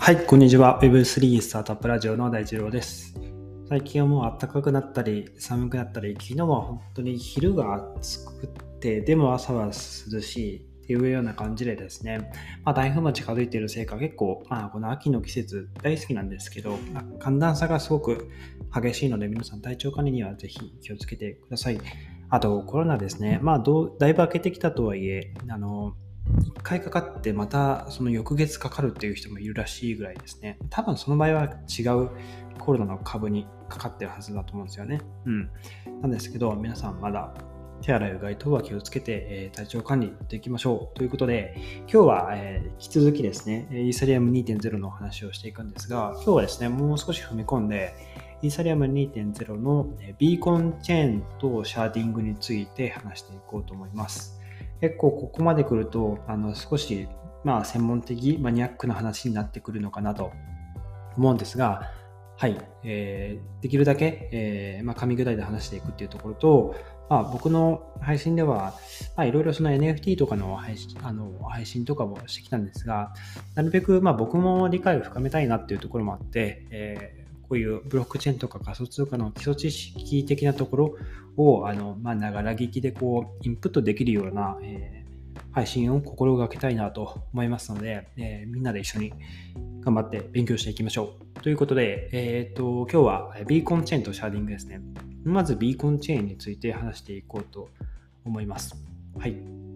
はい、こんにちは。Web3 スタートアップラジオの大二郎です。最近はもう暖かくなったり寒くなったり、昨日は本当に昼が暑くて、でも朝は涼しいっていうような感じでですね、台風も近づいているせいか結構、この秋の季節大好きなんですけど、寒暖差がすごく激しいので、皆さん体調管理にはぜひ気をつけてください。あとコロナですね、だいぶ明けてきたとはいえ、一回かかってまたその翌月かかるっていう人もいるらしいぐらいですね。多分その場合は違うコロナの株にかかってるはずだと思うんですよね。なんですけど、皆さんまだ手洗いうがい等は気をつけて、体調管理していきましょうということで、今日は、引き続きですね、イーサリアム 2.0 のお話をしていくんですが、今日はですね、もう少し踏み込んで、イーサリアム 2.0 のビーコンチェーンとシャーディングについて話していこうと思います。結構ここまで来ると少し専門的マニアックな話になってくるのかなと思うんですが、はい、できるだけ、噛み砕いて話していくっていうところと、僕の配信ではいろいろその NFT とかの配信とかもしてきたんですが、なるべく僕も理解を深めたいなっていうところもあって、こういうブロックチェーンとか仮想通貨の基礎知識的なところをながら聞きでインプットできるような、配信を心がけたいなと思いますので、みんなで一緒に頑張って勉強していきましょう。ということで、今日はビーコンチェーンとシャーディングですね。まずビーコンチェーンについて話していこうと思います。はい。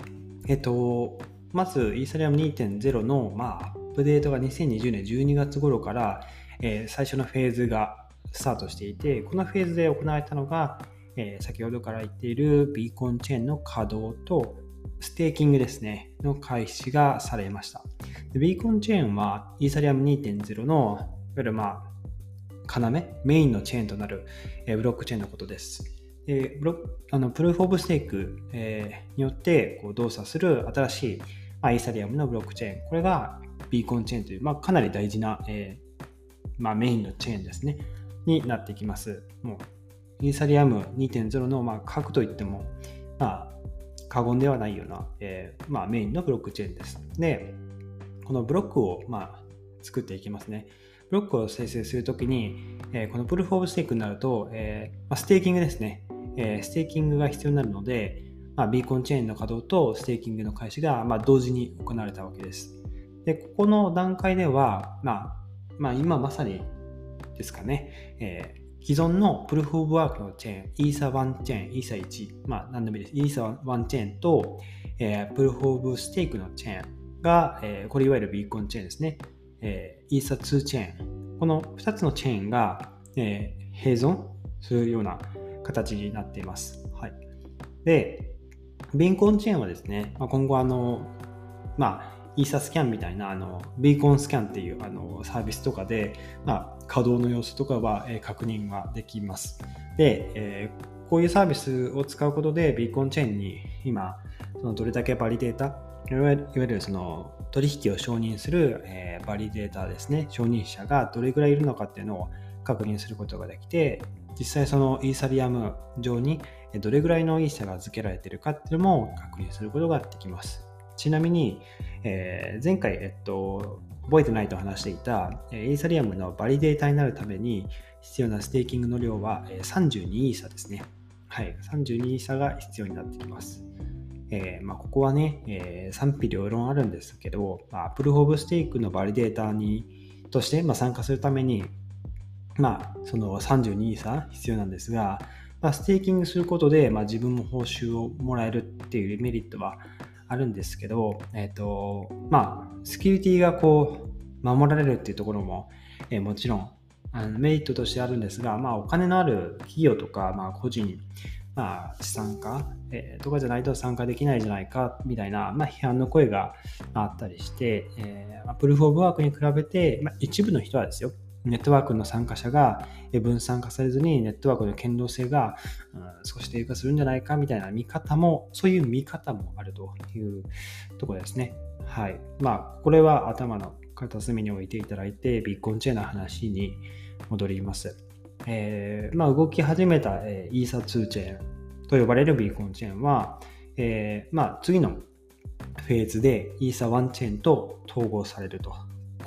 まずイーサリアム 2.0 の、アップデートが2020年12月頃から、最初のフェーズがスタートしていて、このフェーズで行われたのが、先ほどから言っているビーコンチェーンの稼働とステーキングですねの開始がされました。でビーコンチェーンはイーサリアム 2.0 のいわゆる要メインのチェーンとなるブロックチェーンのことです。でプルーフオブステークによって動作する新しいイーサリアムのブロックチェーン、これがビーコンチェーンというかなり大事なメインのチェーンですねになってきます。もうイーサリアム 2.0 の核といっても過言ではないような、メインのブロックチェーンです。で、このブロックを作っていきますね。ブロックを生成するときに、このプルーフオブステークになると、ステーキングですね。ステーキングが必要になるので、ビーコンチェーンの稼働とステーキングの開始が同時に行われたわけです。で、ここの段階では、今まさにですかね、既存のプルーフオブワークのチェーン、イーサ1チェーン、イーサ1、何でもいいです。イーサ1チェーンと、プルーフオブステークのチェーンが、これいわゆるビーコンチェーンですね。イーサ2チェーン。この2つのチェーンが、併存するような形になっています。はい。で、ビーコンチェーンはですね、今後イーサスキャンみたいなビーコンスキャンっていうサービスとかで、稼働の様子とかは、確認はできます。で、こういうサービスを使うことでビーコンチェーンに今そのどれだけバリデータ、いわゆるその取引を承認する、バリデータですね、承認者がどれぐらいいるのかっていうのを確認することができて、実際そのイーサリアム上にどれぐらいのイーサが預けられているかっていうのも確認することができます。ちなみに、前回、覚えてないと話していたイーサリアムのバリデータになるために必要なステーキングの量は32イーサですね。はい、32イーサが必要になってきます。ここはね、賛否両論あるんですけど、プルーフオブステークのバリデータとして、参加するために、その32イーサ必要なんですが、ステーキングすることで、自分も報酬をもらえるっていうメリットはあるんですけど、セキュリティが守られるっていうところも、もちろんメリットとしてあるんですが、お金のある企業とか、個人、資産家、とかじゃないと参加できないじゃないかみたいな、批判の声があったりして、プルーフオブワークに比べて、一部の人はですよ、ネットワークの参加者が分散化されずにネットワークの堅牢性が少し低下するんじゃないかみたいなそういう見方もあるというところですね。はい。これは頭の片隅に置いていただいて、ビッコンチェーンの話に戻ります。動き始めたイーサ2チェーンと呼ばれるビーコンチェーンは、次のフェーズでイーサ1チェーンと統合されると。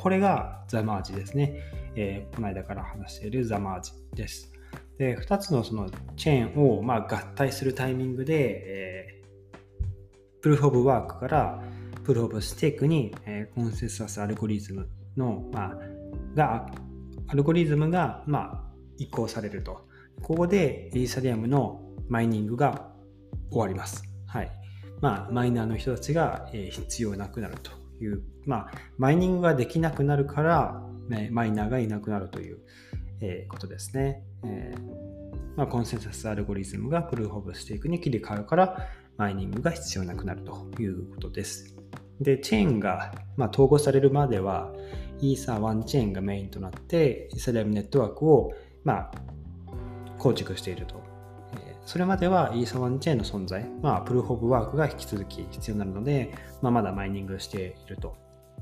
これがザマージですね。この間から話しているザマージです。で、2つのそのチェーンを合体するタイミングで、プルーフ・オブ・ワークからプルーフ・オブ・ステークに、コンセンサスアルゴリズムの、アルゴリズムが、移行されると。ここでイーサリアムのマイニングが終わります。はい。マイナーの人たちが、必要なくなるという、マイニングができなくなるから、マイナーがいなくなるという、ことですね。コンセンサスアルゴリズムがプルーフ・オブ・ステークに切り替わるから、マイニングが必要なくなるということです。で、チェーンが、統合されるまでは、イーサ1チェーンがメインとなって、イーサリアムネットワークを、構築していると。それまではイーサ1チェーンの存在、プルーフ・オブ・ワークが引き続き必要になるので、まだマイニングしていると。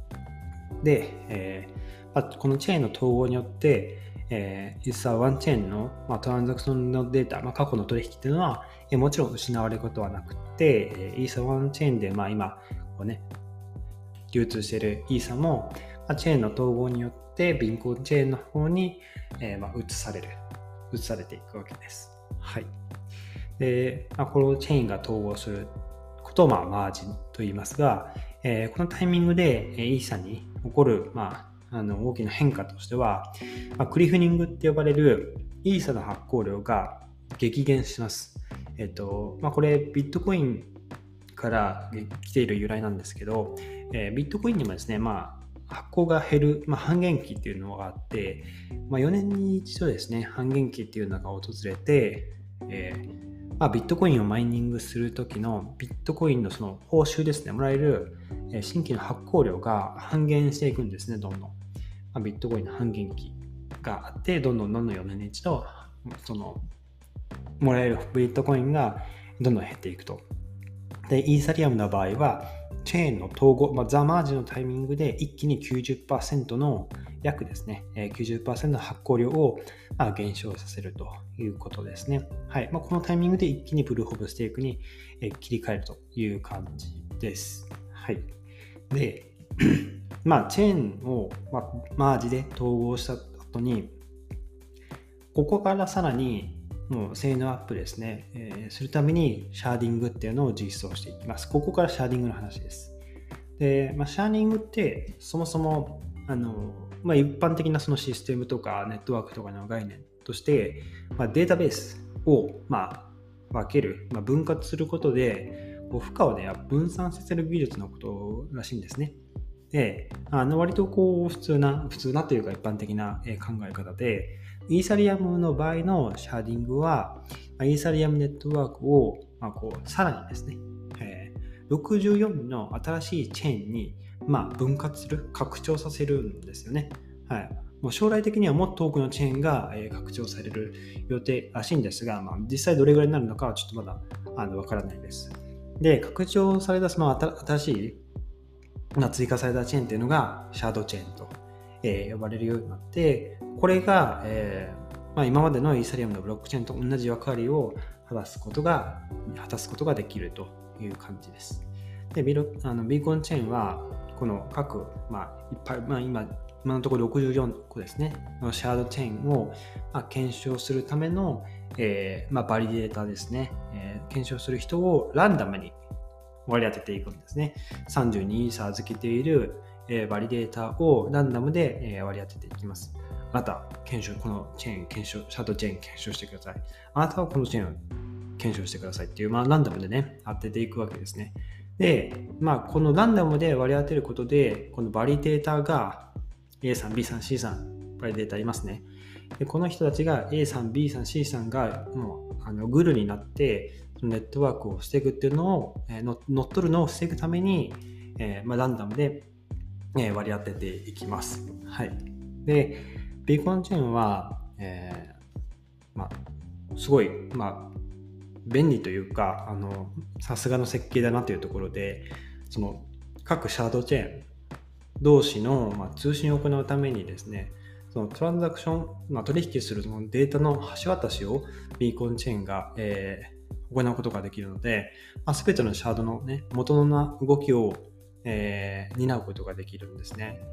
で、このチェーンの統合によって、イーサ1チェーンの、トランザクションのデータ、過去の取引っていうのは、もちろん失われることはなくて、イーサ1チェーンで、今こう、流通しているイーサも、チェーンの統合によってビンコンチェーンの方に、移されていくわけです。はい。で、このチェーンが統合することをマージと言いますが、このタイミングでイーサに起こる、大きな変化としては、クリフニングって呼ばれるイーサの発行量が激減します。これビットコインから来ている由来なんですけど、ビットコインにもですね、発行が減る、半減期っていうのがあって、4年に一度ですね、半減期っていうのが訪れて、ビットコインをマイニングするときのビットコインのその報酬ですね、もらえる新規の発行量が半減していくんですね、どんどん。ビットコインの半減期があって、どんどん4年に一度、その、もらえるビットコインがどんどん減っていくと。で、イーサリアムの場合は、チェーンの統合、ザマージのタイミングで一気に 90% の約ですね、90% の発行量を減少させるということですね。はい。このタイミングで一気にプルーフ・オブ・ステークに切り替えるという感じです。はい。で、チェーンをマージで統合した後に、ここからさらにもう性能アップですね、するためにシャーディングっていうのを実装していきます。ここからシャーディングの話です。で、シャーディングってそもそも一般的なそのシステムとかネットワークとかの概念として、データベースを分ける、分割することで負荷を分散させる技術のことらしいんですね。で、割と普通なというか一般的な考え方で、イーサリアムの場合のシャーディングは、イーサリアムネットワークをさらにですね、64の新しいチェーンに分割する、拡張させるんですよね。はい。もう将来的にはもっと多くのチェーンが拡張される予定らしいんですが、実際どれぐらいになるのかはちょっとまだわからないです。で、拡張されたその新しい追加されたチェーンっていうのがシャードチェーンと、呼ばれるようになって、これが、今までのイーサリアムのブロックチェーンと同じ役割を果たすことができるという感じです。で、ビーコンチェーンはこの各、いっぱい、今のところ64個ですね、シャードチェーンを、検証するための、バリデータですね、検証する人をランダムに割り当てていくんですね。32イーサ預けているバリデータをランダムで割り当てていきます。あなた、このチェーン検証、シャドーチェーン検証してください。あなたはこのチェーンを検証してくださいっていう、ランダムでね、当てていくわけですね。で、このランダムで割り当てることで、このバリデータが A さん、B さん、C さん、バリデータいますね。で、この人たちが A さん、B さん、C さんがもうグルになって、ネットワークを防ぐっていうのを、乗っ取るのを防ぐために、ランダムで、割り当てていきます。はい。で、ビーコンチェーンは、すごい、便利というか、さすがの設計だなというところで、その各シャードチェーン同士の、通信を行うためにですね、そのトランザクション、取引するそのデータの橋渡しをビーコンチェーンが、行うことができるので、全てのシャードの、元の動きを、担うことができるんですね。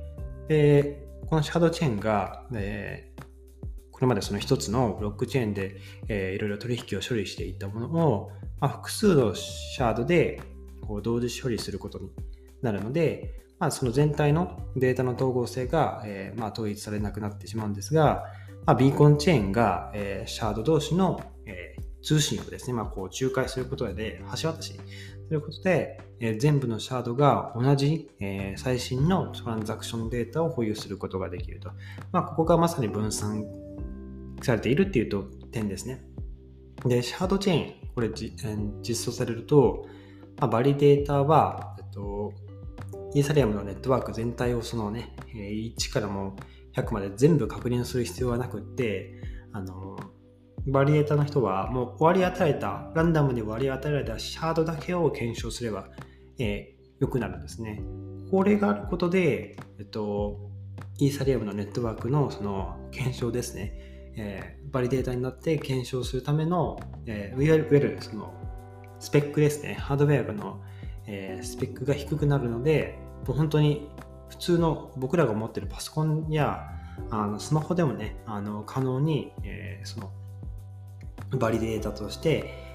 で、このシャードチェーンが、これまでその一つのブロックチェーンで、いろいろ取引を処理していったものを、複数のシャードでこう同時処理することになるので、その全体のデータの統合性が、統一されなくなってしまうんですが、ビーコンチェーンが、シャード同士の、通信をですね、こう仲介することで、橋渡しすることで、全部のシャードが同じ、最新のトランザクションデータを保有することができると。ここがまさに分散されているっていう点ですね。で、シャードチェーン、これ実装されると、バリデータは、イーサリアムのネットワーク全体をそのね、1からもう100まで全部確認する必要はなくって、バリデータの人はもうランダムに割り当てられたシャードだけを検証すれば、良くなるんですね。これがあることで、イーサリアムのネットワークのその検証ですね、バリデータになって検証するための、いわゆるそのスペックですね、ハードウェアの、スペックが低くなるので、もう本当に普通の僕らが持っているパソコンやスマホでもね、可能に、そのバリデータとして、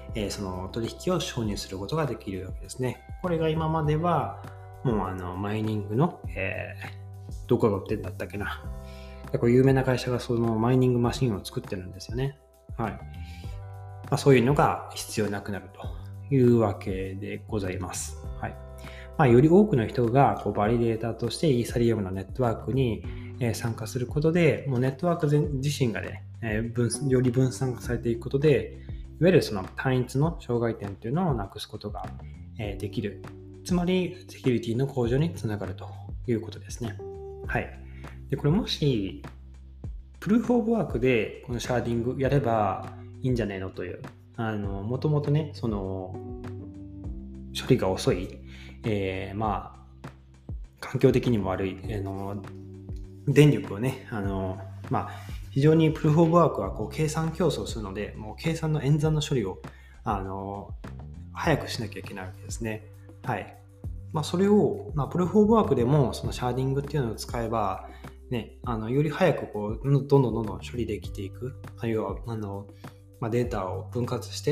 その取引を承認することができるわけですね。これが今まではもうマイニングの、どこが売ってんだったっけな、結構有名な会社がそのマイニングマシンを作ってるんですよね。はい。そういうのが必要なくなるというわけでございます。はい。より多くの人がこうバリデータとしてイーサリアムのネットワークに参加することで、もうネットワーク自身がね、より分散化されていくことで、いわゆるその単一の障害点というのをなくすことができる。つまり、セキュリティの向上につながるということですね。はい。で、これもし、プルーフオブワークでこのシャーディングやればいいんじゃねえのという、もともとね、その、処理が遅い、環境的にも悪い、電力をね、非常にプルーフオブワークはこう計算競争するので、もう計算の演算の処理を早くしなきゃいけないわけですね。はい。それを、プルーフオブワークでもそのシャーディングっていうのを使えば、ね、より早くこうどんどん処理できていく、あるいはデータを分割して、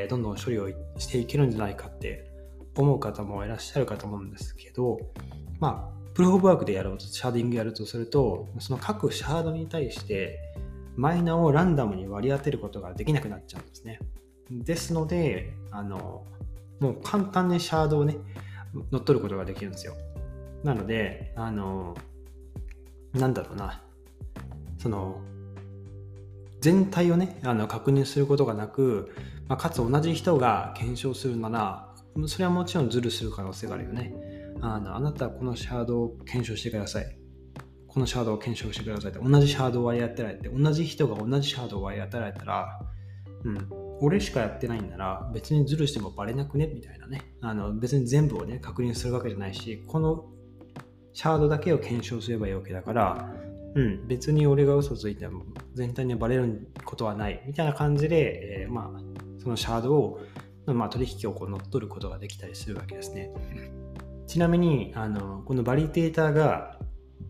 どんどん処理をしていけるんじゃないかって思う方もいらっしゃるかと思うんですけど、プルーフオブワークでやろうと、シャーディングやるとすると、その各シャードに対してマイナーをランダムに割り当てることができなくなっちゃうんですね。ですので、もう簡単にシャードをね、乗っ取ることができるんですよ。なので、その全体をね、確認することがなく、かつ同じ人が検証するなら、それはもちろんズルする可能性があるよね。あなたはこのシャードを検証してください。このシャードを検証してくださいって、同じシャードを割り当てられて、同じ人が同じシャードを割り当てられたら、俺しかやってないんなら別にズルしてもバレなくねみたいなね。別に全部をね、確認するわけじゃないし、このシャードだけを検証すればいいわけだから、別に俺が嘘ついても全体にバレることはないみたいな感じで、そのシャードを、取引をこう乗っ取ることができたりするわけですね。ちなみにこのバリデータが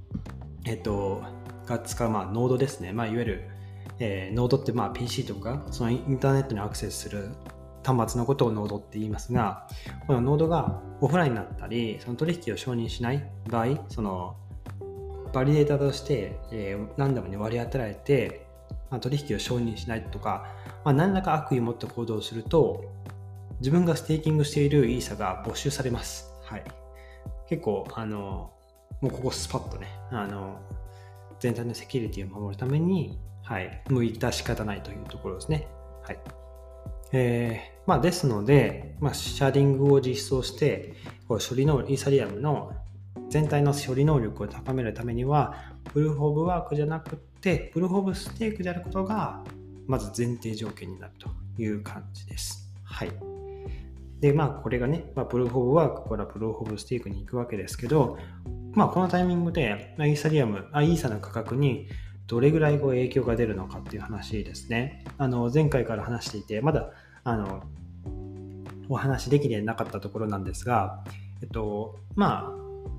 使うノードですね。いわゆる、ノードって PC とかそのインターネットにアクセスする端末のことをノードって言いますが、このノードがオフラインになったり、その取引を承認しない場合、そのバリデータとして、ランダムに割り当てられて、取引を承認しないとか、何らか悪意を持って行動すると、自分がステーキングしているイーサが没収されます。はい。結構、もうここスパッとね、全体のセキュリティを守るために、はい、致し方ないというところですね。はい。ですので、シャーディングを実装して、イーサリアムの全体の処理能力を高めるためには、プルーフオブワークじゃなくて、プルーフオブステークであることが、まず前提条件になるという感じです。はい。で、これがね、プルーフオブワークからプルーフオブステークに行くわけですけど、このタイミングで、イーサの価格にどれぐらい影響が出るのかっていう話ですね。前回から話していて、まだ、お話できてなかったところなんですが、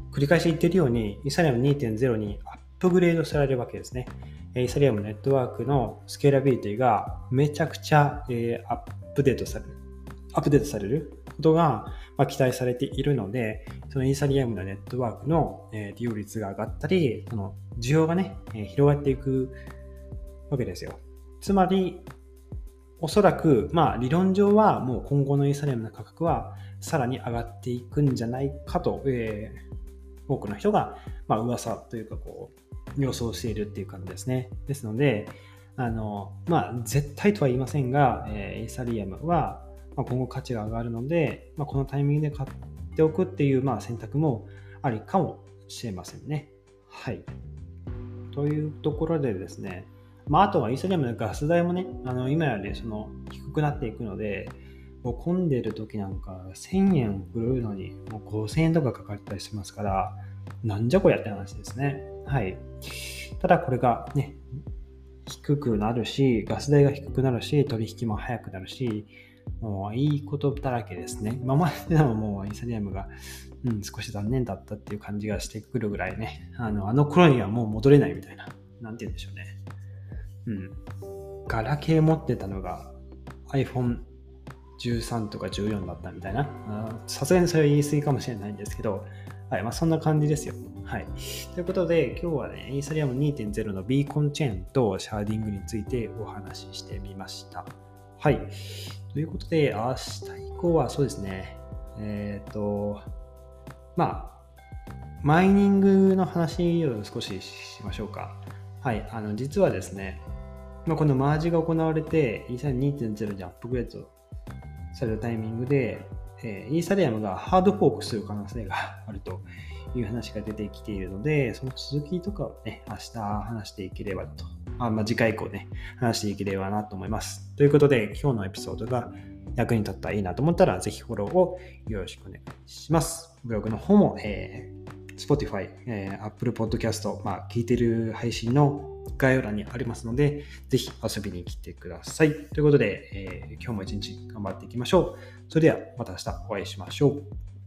繰り返し言っているように、イーサリアム 2.0 にアップグレードされるわけですね。イーサリアムネットワークのスケーラビリティがめちゃくちゃアップデートされることが期待されているので、そのイーサリアムのネットワークの利用率が上がったり、その需要がね、広がっていくわけですよ。つまり、おそらく、理論上はもう今後のイーサリアムの価格はさらに上がっていくんじゃないかと、多くの人が、噂というか予想しているっていう感じですね。ですので、絶対とは言いませんが、イーサリアムは今後価値が上がるので、このタイミングで買っておくっていう選択もありかもしれませんね。はい。というところでですね、あとはイーサリアムのガス代もね、今より低くなっていくので、もう混んでる時なんか1000円送るのにもう5000円とかかかったりしますから、なんじゃこりゃって話ですね。はい。ただこれがね、低くなるし、ガス代が低くなるし、取引も早くなるし、もういいことだらけですね。今までのもうイーサリアムが、少し残念だったっていう感じがしてくるぐらいね、あの頃にはもう戻れないみたいな、なんて言うんでしょうね。ガラケー持ってたのが iPhone 13とか14だったみたいな。さすがにそれは言い過ぎかもしれないんですけど、はい、そんな感じですよ。はい。ということで、今日はね、イーサリアム 2.0 のビーコンチェーンとシャーディングについてお話ししてみました。はい。ということで、明日以降はそうですね、マイニングの話を少ししましょうか。はい。実はですね、このマージが行われて、イーサリアム 2.0 にアップグレードされるタイミングで、イーサリアムがハードフォークする可能性があるという話が出てきているので、その続きとかをね、明日話していければと。次回以降ね、話していければなと思います。ということで、今日のエピソードが役に立ったらいいなと思ったら、ぜひフォローをよろしくお願いします。ブログの方も、Spotify、Apple Podcast、聞いている配信の概要欄にありますので、ぜひ遊びに来てください。ということで、今日も一日頑張っていきましょう。それではまた明日お会いしましょう。